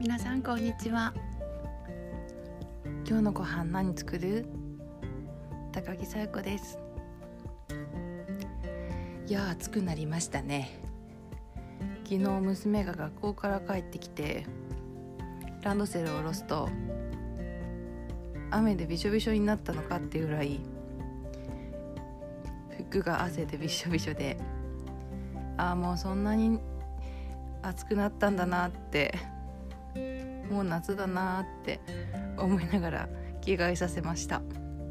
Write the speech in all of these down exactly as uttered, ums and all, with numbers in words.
皆さんこんにちは。今日のご飯何作る？高木さよ子です。いやー暑くなりましたね。昨日娘が学校から帰ってきてランドセルを下ろすと雨でびしょびしょになったのかっていうぐらい服が汗でびしょびしょで、ああもうそんなに暑くなったんだなって、もう夏だなって思いながら着替えさせました。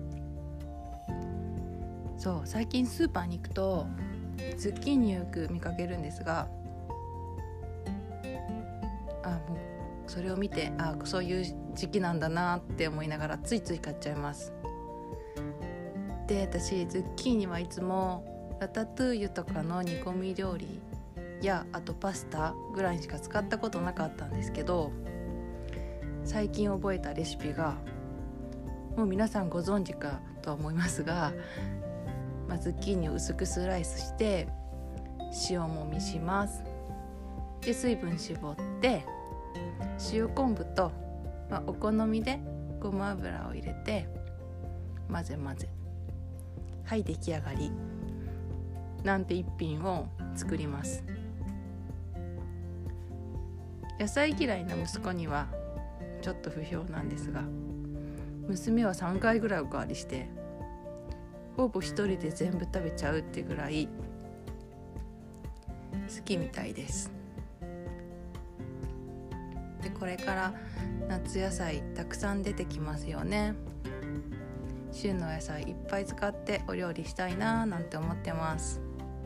そう最近スーパーに行くとズッキーニをよく見かけるんですが、あもうそれを見てあそういう時期なんだなって思いながらついつい買っちゃいます。で私ズッキーニはいつもラタトゥーユとかの煮込み料理やあとパスタぐらいしか使ったことなかったんですけど、最近覚えたレシピがもう皆さんご存知かとは思いますが、まあ、ズッキーニを薄くスライスして塩もみします。で水分絞って塩昆布と、まあ、お好みでごま油を入れて混ぜ混ぜ、はい出来上がりなんて一品を作ります。野菜嫌いな息子にはちょっと不評なんですが、娘はさんかいぐらいおかわりしてほぼ一人で全部食べちゃうっていうぐらい好きみたいです。でこれから夏野菜たくさん出てきますよね。旬の野菜いっぱい使ってお料理したいななんて思ってます。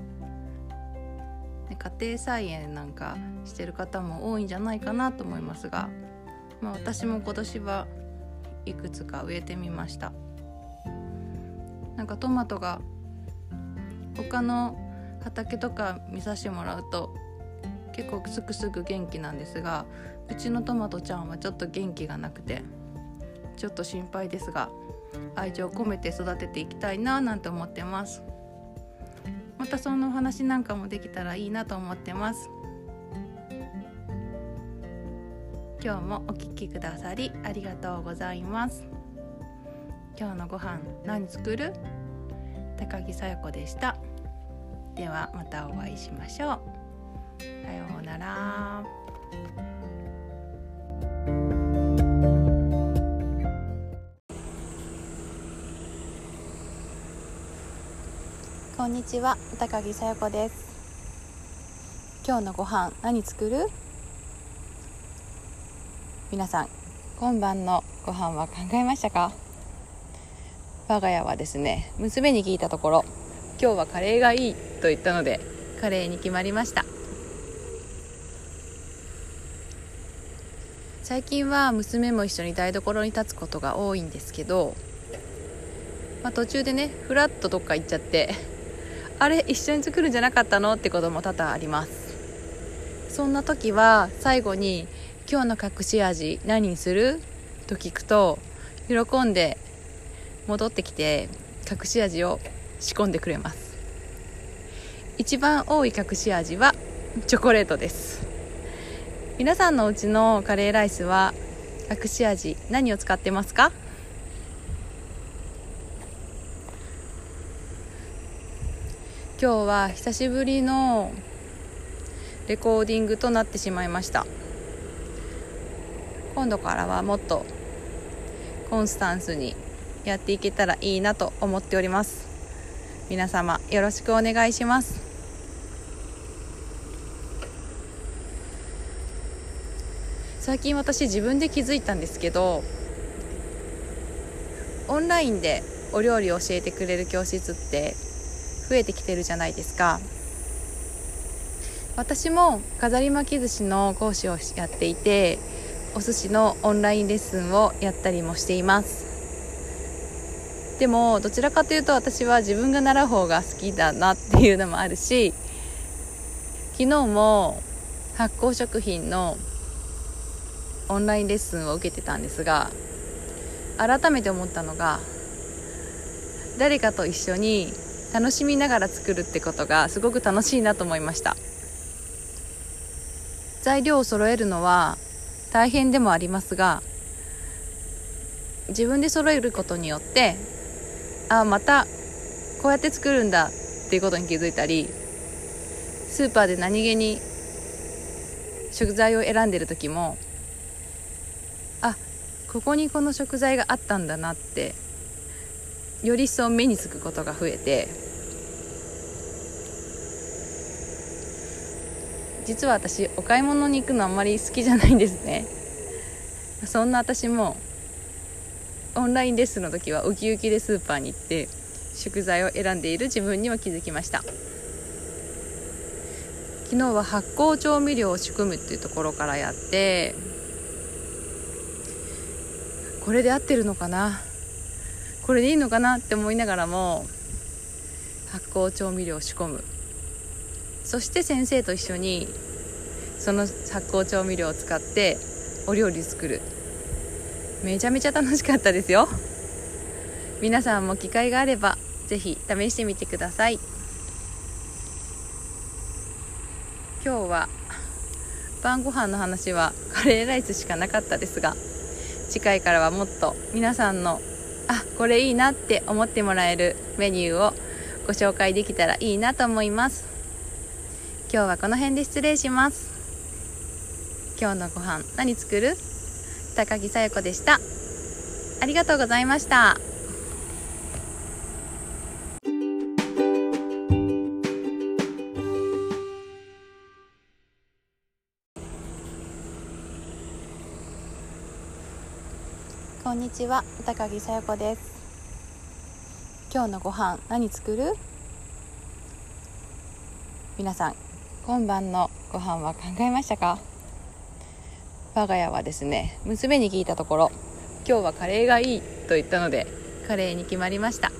で家庭菜園なんかしてる方も多いんじゃないかなと思いますが、まあ、私も今年はいくつか植えてみました。なんかトマトが他の畑とか見させてもらうと結構すぐすぐ元気なんですが、うちのトマトちゃんはちょっと元気がなくてちょっと心配ですが、愛情を込めて育てていきたいななんて思ってます。またそのお話なんかもできたらいいなと思ってます。今日もお聞きくださりありがとうございます。今日のご飯何作る？高木さよ子でした。ではまたお会いしましょう。さようなら。こんにちは、高木さよ子です。今日のご飯何作る？皆さん今晩のご飯は考えましたか？我が家はですね、娘に聞いたところ今日はカレーがいいと言ったのでカレーに決まりました。最近は娘も一緒に台所に立つことが多いんですけど、まあ、途中でねフラッとどっか行っちゃってあれ一緒に作るんじゃなかったのってことも多々あります。そんな時は最後に今日の隠し味何にする？と聞くと喜んで戻ってきて隠し味を仕込んでくれます。一番多い隠し味はチョコレートです。皆さんのお家のカレーライスは隠し味何を使ってますか？今日は久しぶりのレコーディングとなってしまいました。今度からはもっとコンスタンスにやっていけたらいいなと思っております。皆様よろしくお願いします。最近私自分で気づいたんですけど、オンラインでお料理を教えてくれる教室って増えてきてるじゃないですか。私も飾り巻き寿司の講師をやっていて、お寿司のオンラインレッスンをやったりもしています。でもどちらかというと私は自分が習う方が好きだなっていうのもあるし、昨日も発酵食品のオンラインレッスンを受けてたんですが、改めて思ったのが誰かと一緒に楽しみながら作るってことがすごく楽しいなと思いました。材料を揃えるのは大変でもありますが、自分で揃えることによって、あ、またこうやって作るんだっていうことに気づいたり、スーパーで何気に食材を選んでる時も、あ、ここにこの食材があったんだなってより一層目につくことが増えて、実は私お買い物に行くのあんまり好きじゃないんですね。そんな私もオンラインレッスンの時はウキウキでスーパーに行って食材を選んでいる自分にも気づきました。昨日は発酵調味料を仕組むっていうところからやって、これで合ってるのかな、これでいいのかなって思いながらも発酵調味料を仕込む、そして先生と一緒にその発酵調味料を使ってお料理作る、めちゃめちゃ楽しかったですよ。皆さんも機会があればぜひ試してみてください。今日は晩ご飯の話はカレーライスしかなかったですが、次回からはもっと皆さんのあ、これいいなって思ってもらえるメニューをご紹介できたらいいなと思います。今日はこの辺で失礼します。今日のご飯何作る？高木さよ子でした。ありがとうございました。こんにちは、高木さよ子です。今日のご飯何作る？皆さん、今晩のご飯は考えましたか？我が家はですね、娘に聞いたところ、今日はカレーがいいと言ったのでカレーに決まりました。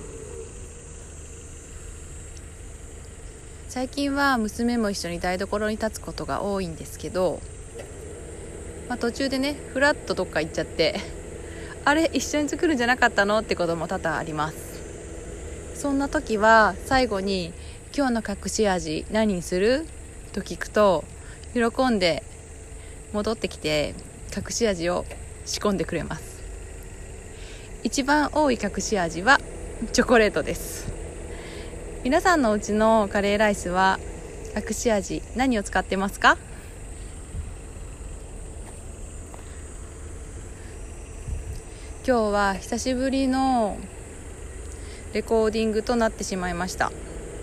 最近は娘も一緒に台所に立つことが多いんですけど、まあ、途中でねフラッとどっか行っちゃって、あれ一緒に作るんじゃなかったのってことも多々あります。そんな時は最後に今日の隠し味何にすると聞くと、喜んで戻ってきて隠し味を仕込んでくれます。一番多い隠し味はチョコレートです。皆さんのうちのカレーライスは隠し味何を使ってますか？今日は久しぶりのレコーディングとなってしまいました。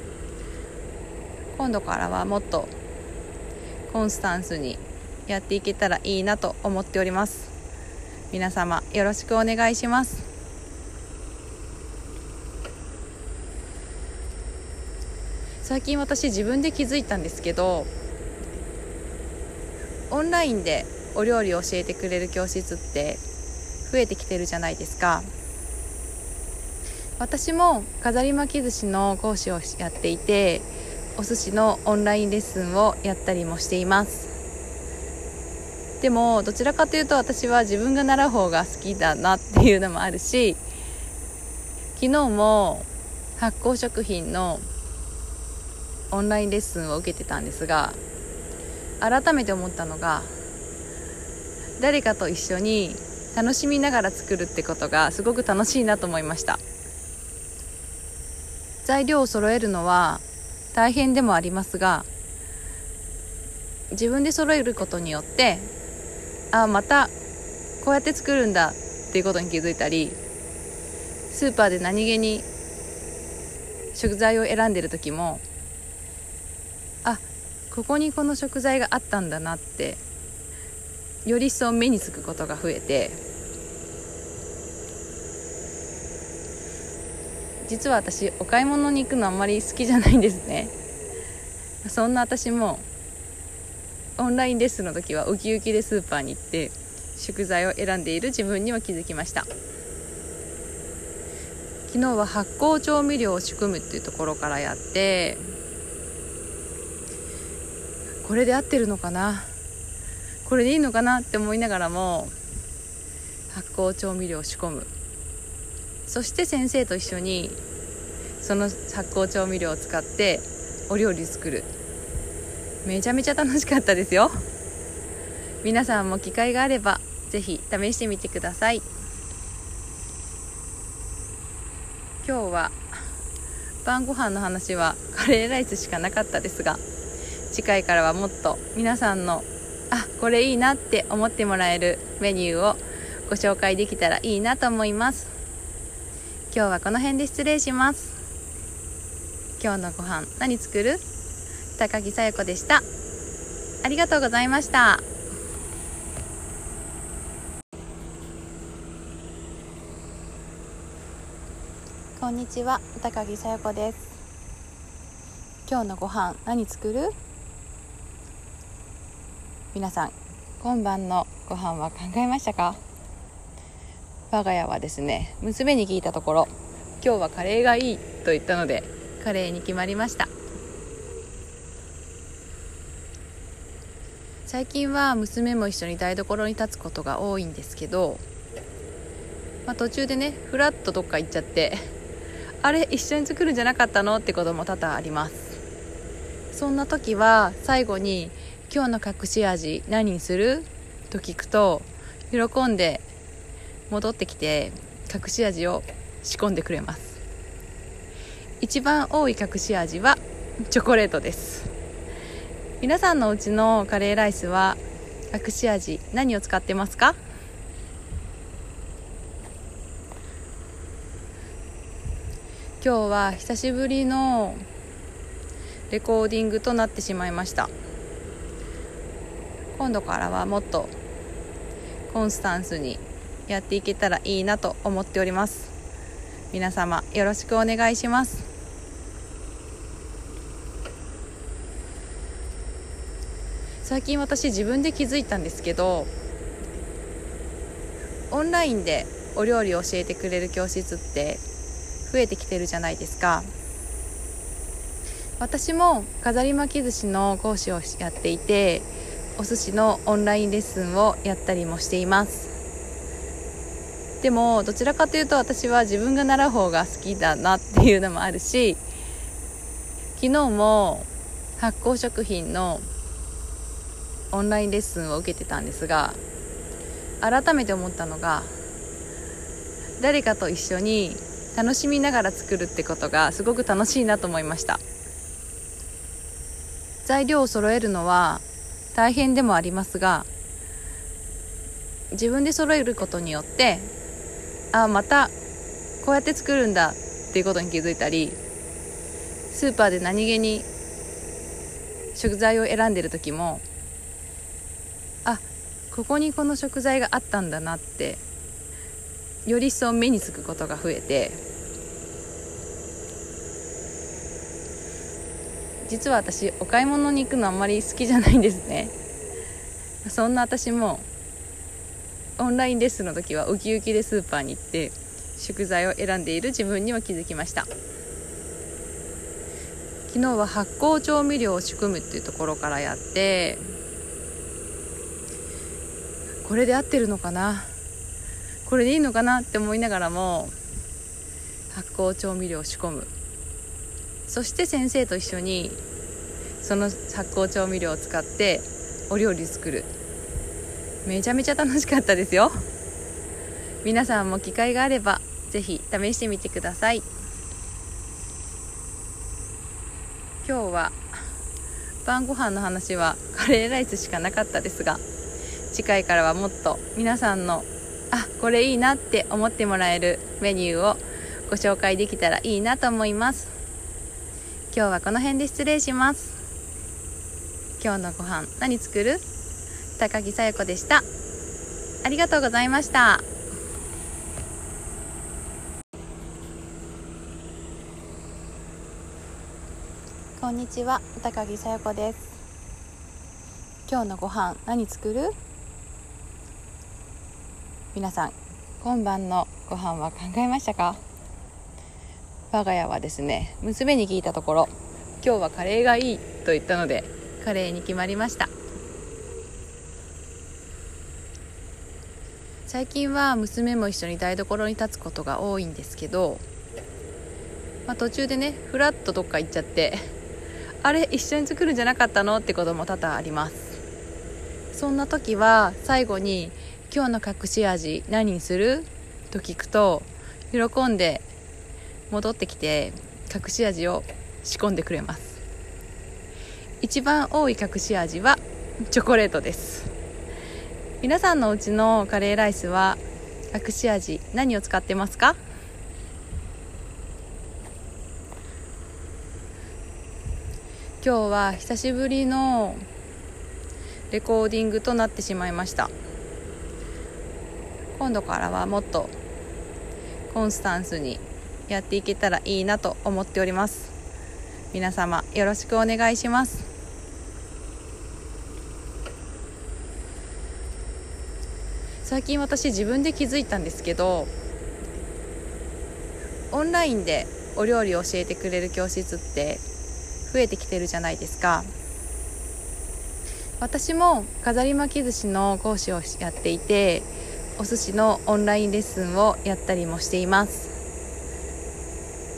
今度からはもっとコンスタンスにやっていけたらいいなと思っております。皆様よろしくお願いします。最近私自分で気づいたんですけど、オンラインでお料理を教えてくれる教室って増えてきてるじゃないですか。私も飾り巻き寿司の講師をやっていて、お寿司のオンラインレッスンをやったりもしています。でもどちらかというと私は自分が習う方が好きだなっていうのもあるし、昨日も発酵食品のオンラインレッスンを受けてたんですが、改めて思ったのが、誰かと一緒に楽しみながら作るってことがすごく楽しいなと思いました。材料を揃えるのは大変でもありますが、自分で揃えることによって、あ、またこうやって作るんだっていうことに気づいたり、スーパーで何気に食材を選んでる時も、あ、ここにこの食材があったんだなってより一層目につくことが増えて、実は私お買い物に行くのあんまり好きじゃないんですね。そんな私もオンラインレッスンの時はウキウキでスーパーに行って食材を選んでいる自分にも気づきました。昨日は発酵調味料を仕組むっていうところからやって、これで合ってるのかな、これでいいのかなって思いながらも発酵調味料を仕込む、そして先生と一緒にその発酵調味料を使ってお料理作る、めちゃめちゃ楽しかったですよ。 皆さんも機会があればぜひ試してみてください。今日は晩ご飯の話はカレーライスしかなかったですが、次回からはもっと皆さんのあこれいいなって思ってもらえるメニューをご紹介できたらいいなと思います。今日はこの辺で失礼します。今日のご飯何作る？高木さよ子でした。ありがとうございました。こんにちは、高木さよ子です。今日のご飯何作る？皆さん今晩のご飯は考えましたか？我が家はですね、娘に聞いたところ今日はカレーがいいと言ったのでカレーに決まりました。最近は娘も一緒に台所に立つことが多いんですけど、まあ、途中でねフラッとどっか行っちゃってあれ一緒に作るんじゃなかったのってことも多々あります。そんな時は最後に今日の隠し味何にすると聞くと喜んで戻ってきて隠し味を仕込んでくれます。一番多い隠し味はチョコレートです。皆さんのお家のカレーライスは隠し味何を使ってますか？今日は久しぶりのレコーディングとなってしまいました。今度からはもっとコンスタンスにやっていけたらいいなと思っております。皆様よろしくお願いします。最近私自分で気づいたんですけど、オンラインでお料理を教えてくれる教室って増えてきてるじゃないですか。私も飾り巻き寿司の講師をやっていて、お寿司のオンラインレッスンをやったりもしています。でもどちらかというと私は自分が習う方が好きだなっていうのもあるし、昨日も発酵食品のオンラインレッスンを受けてたんですが、改めて思ったのが、誰かと一緒に楽しみながら作るってことがすごく楽しいなと思いました。材料を揃えるのは大変でもありますが、自分で揃えることによってあまたこうやって作るんだっていうことに気づいたり、スーパーで何気に食材を選んでる時もあここにこの食材があったんだなってより一層目につくことが増えて、実は私お買い物に行くのあんまり好きじゃないんですね。そんな私もオンラインレッスンの時はウキウキでスーパーに行って食材を選んでいる自分にも気づきました。昨日は発酵調味料を仕組むっていうところからやって、これで合ってるのかな、これでいいのかなって思いながらも発酵調味料を仕込む、そして先生と一緒にその発酵調味料を使ってお料理作る、めちゃめちゃ楽しかったですよ。皆さんも機会があればぜひ試してみてください。今日は晩ご飯の話はカレーライスしかなかったですが、次回からはもっと皆さんのあこれいいなって思ってもらえるメニューをご紹介できたらいいなと思います。今日はこの辺で失礼します。今日のご飯何作る？高木さよ子でした。ありがとうございました。こんにちは、高木さよ子です。今日のご飯何作る？皆さん今晩のご飯は考えましたか？我が家はですね、娘に聞いたところ今日はカレーがいいと言ったのでカレーに決まりました。最近は娘も一緒に台所に立つことが多いんですけど、まあ、途中でねフラッとどっか行っちゃってあれ一緒に作るんじゃなかったのってことも多々あります。 そんな時は最後に今日の隠し味何にすると聞くと喜んで戻ってきて隠し味を仕込んでくれます。一番多い隠し味はチョコレートです。皆さんのお家のカレーライスは隠し味何を使ってますか？今日は久しぶりのレコーディングとなってしまいました。今度からはもっとコンスタンスにやっていけたらいいなと思っております。皆様よろしくお願いします。最近私自分で気づいたんですけど、オンラインでお料理を教えてくれる教室って増えてきてるじゃないですか。私も飾り巻き寿司の講師をやっていて、お寿司のオンラインレッスンをやったりもしています。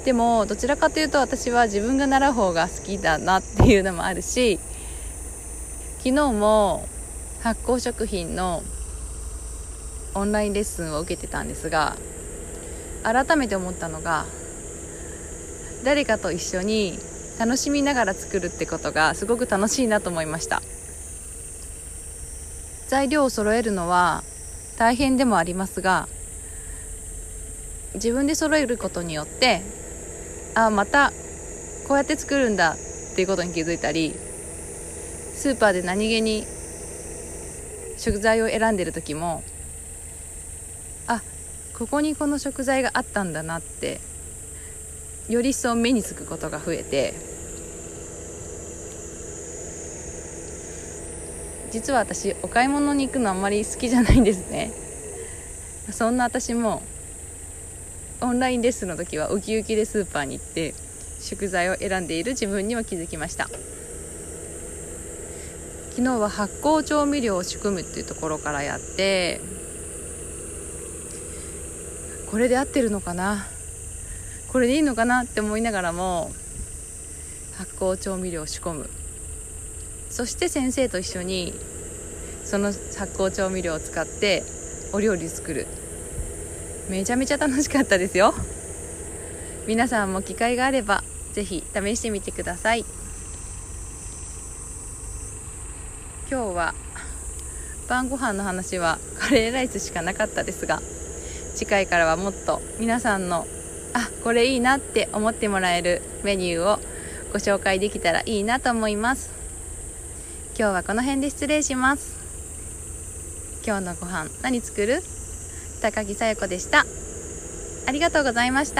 でもどちらかというと私は自分が習う方が好きだなっていうのもあるし、昨日も発酵食品のオンラインレッスンを受けてたんですが、改めて思ったのが、誰かと一緒に楽しみながら作るってことがすごく楽しいなと思いました。材料を揃えるのは大変でもありますが、自分で揃えることによってあまたこうやって作るんだっていうことに気づいたり、スーパーで何気に食材を選んでる時もあここにこの食材があったんだなってより一層目につくことが増えて、実は私お買い物に行くのあんまり好きじゃないんですね。そんな私もオンラインレッスンの時はウキウキでスーパーに行って食材を選んでいる自分にも気づきました。昨日は発酵調味料を仕組むっていうところからやって、これで合ってるのかな、これでいいのかなって思いながらも発酵調味料を仕込む、そして先生と一緒にその発酵調味料を使ってお料理作る、めちゃめちゃ楽しかったですよ。皆さんも機会があればぜひ試してみてください。今日は晩ご飯の話はカレーライスしかなかったですが、次回からはもっと皆さんのあこれいいなって思ってもらえるメニューをご紹介できたらいいなと思います。今日はこの辺で失礼します。今日のご飯何作る？高木さよ子でした。ありがとうございました。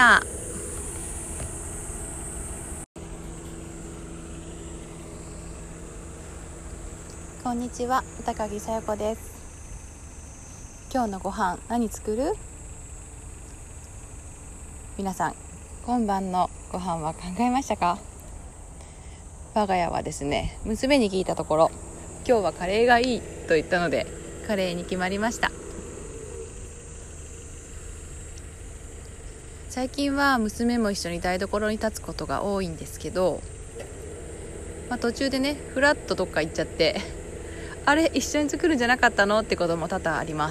こんにちは、高木さよ子です。今日のご飯何作る？皆さん今晩のご飯は考えましたか？我が家はですね、娘に聞いたところ今日はカレーがいいと言ったのでカレーに決まりました。最近は娘も一緒に台所に立つことが多いんですけど、まあ、途中でねフラッとどっか行っちゃってあれ一緒に作るんじゃなかったのってことも多々あります。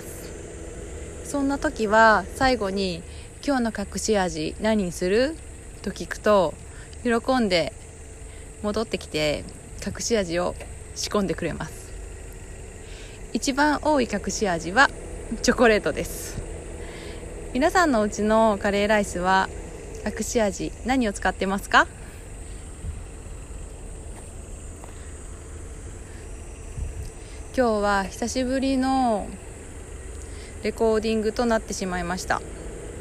そんな時は最後に今日の隠し味何にすると聞くと喜んで戻ってきて隠し味を仕込んでくれます。一番多い隠し味はチョコレートです。皆さんのお家のカレーライスは隠し味何を使ってますか？今日は久しぶりのレコーディングとなってしまいました。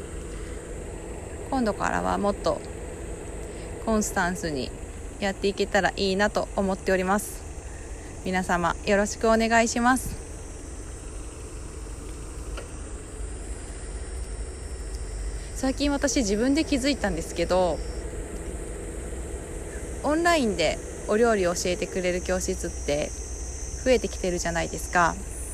今度からはもっとコンスタンスにやっていけたらいいなと思っております。皆様よろしくお願いします。最近私自分で気づいたんですけど、オンラインでお料理を教えてくれる教室って増えてきてるじゃないですか。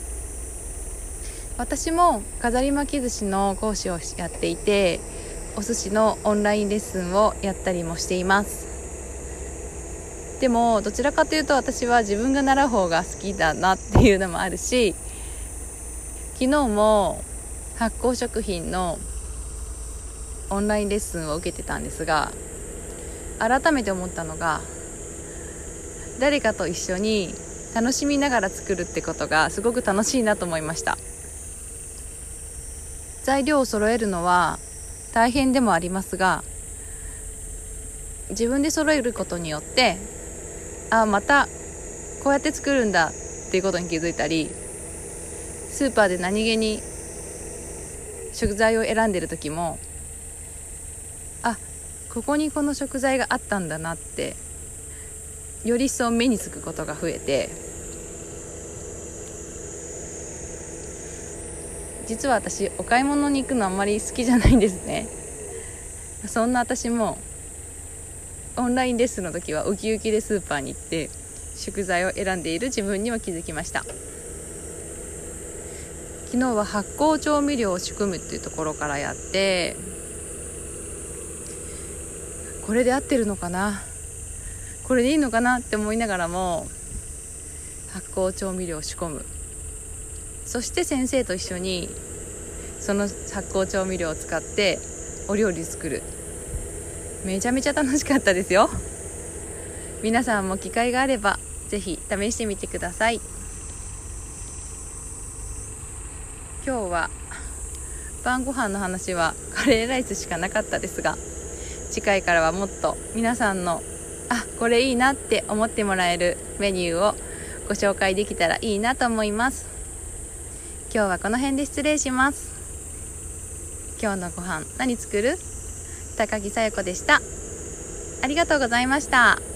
私も飾り巻き寿司の講師をやっていて、お寿司のオンラインレッスンをやったりもしています。 でもどちらかというと私は自分が習う方が好きだなっていうのもあるし、昨日も発酵食品のオンラインレッスンを受けてたんですが、改めて思ったのが、誰かと一緒に楽しみながら作るってことがすごく楽しいなと思いました。材料を揃えるのは大変でもありますが、自分で揃えることによって、あ、またこうやって作るんだっていうことに気づいたり、スーパーで何気に食材を選んでる時も、あ、ここにこの食材があったんだなってより一層目につくことが増えて、実は私お買い物に行くのあんまり好きじゃないんですね。そんな私もオンラインレッスンの時はウキウキでスーパーに行って食材を選んでいる自分にも気づきました。昨日は発酵調味料を仕組むっていうところからやって、これで合ってるのかな、これでいいのかなって思いながらも発酵調味料を仕込む、そして先生と一緒にその発酵調味料を使ってお料理作る、めちゃめちゃ楽しかったですよ。皆さんも機会があればぜひ試してみてください。今日は晩ご飯の話はカレーライスしかなかったですが、次回からはもっと皆さんのあ、これいいなって思ってもらえるメニューをご紹介できたらいいなと思います。今日はこの辺で失礼します。今日のご飯何作る？高木さよ子でした。ありがとうございました。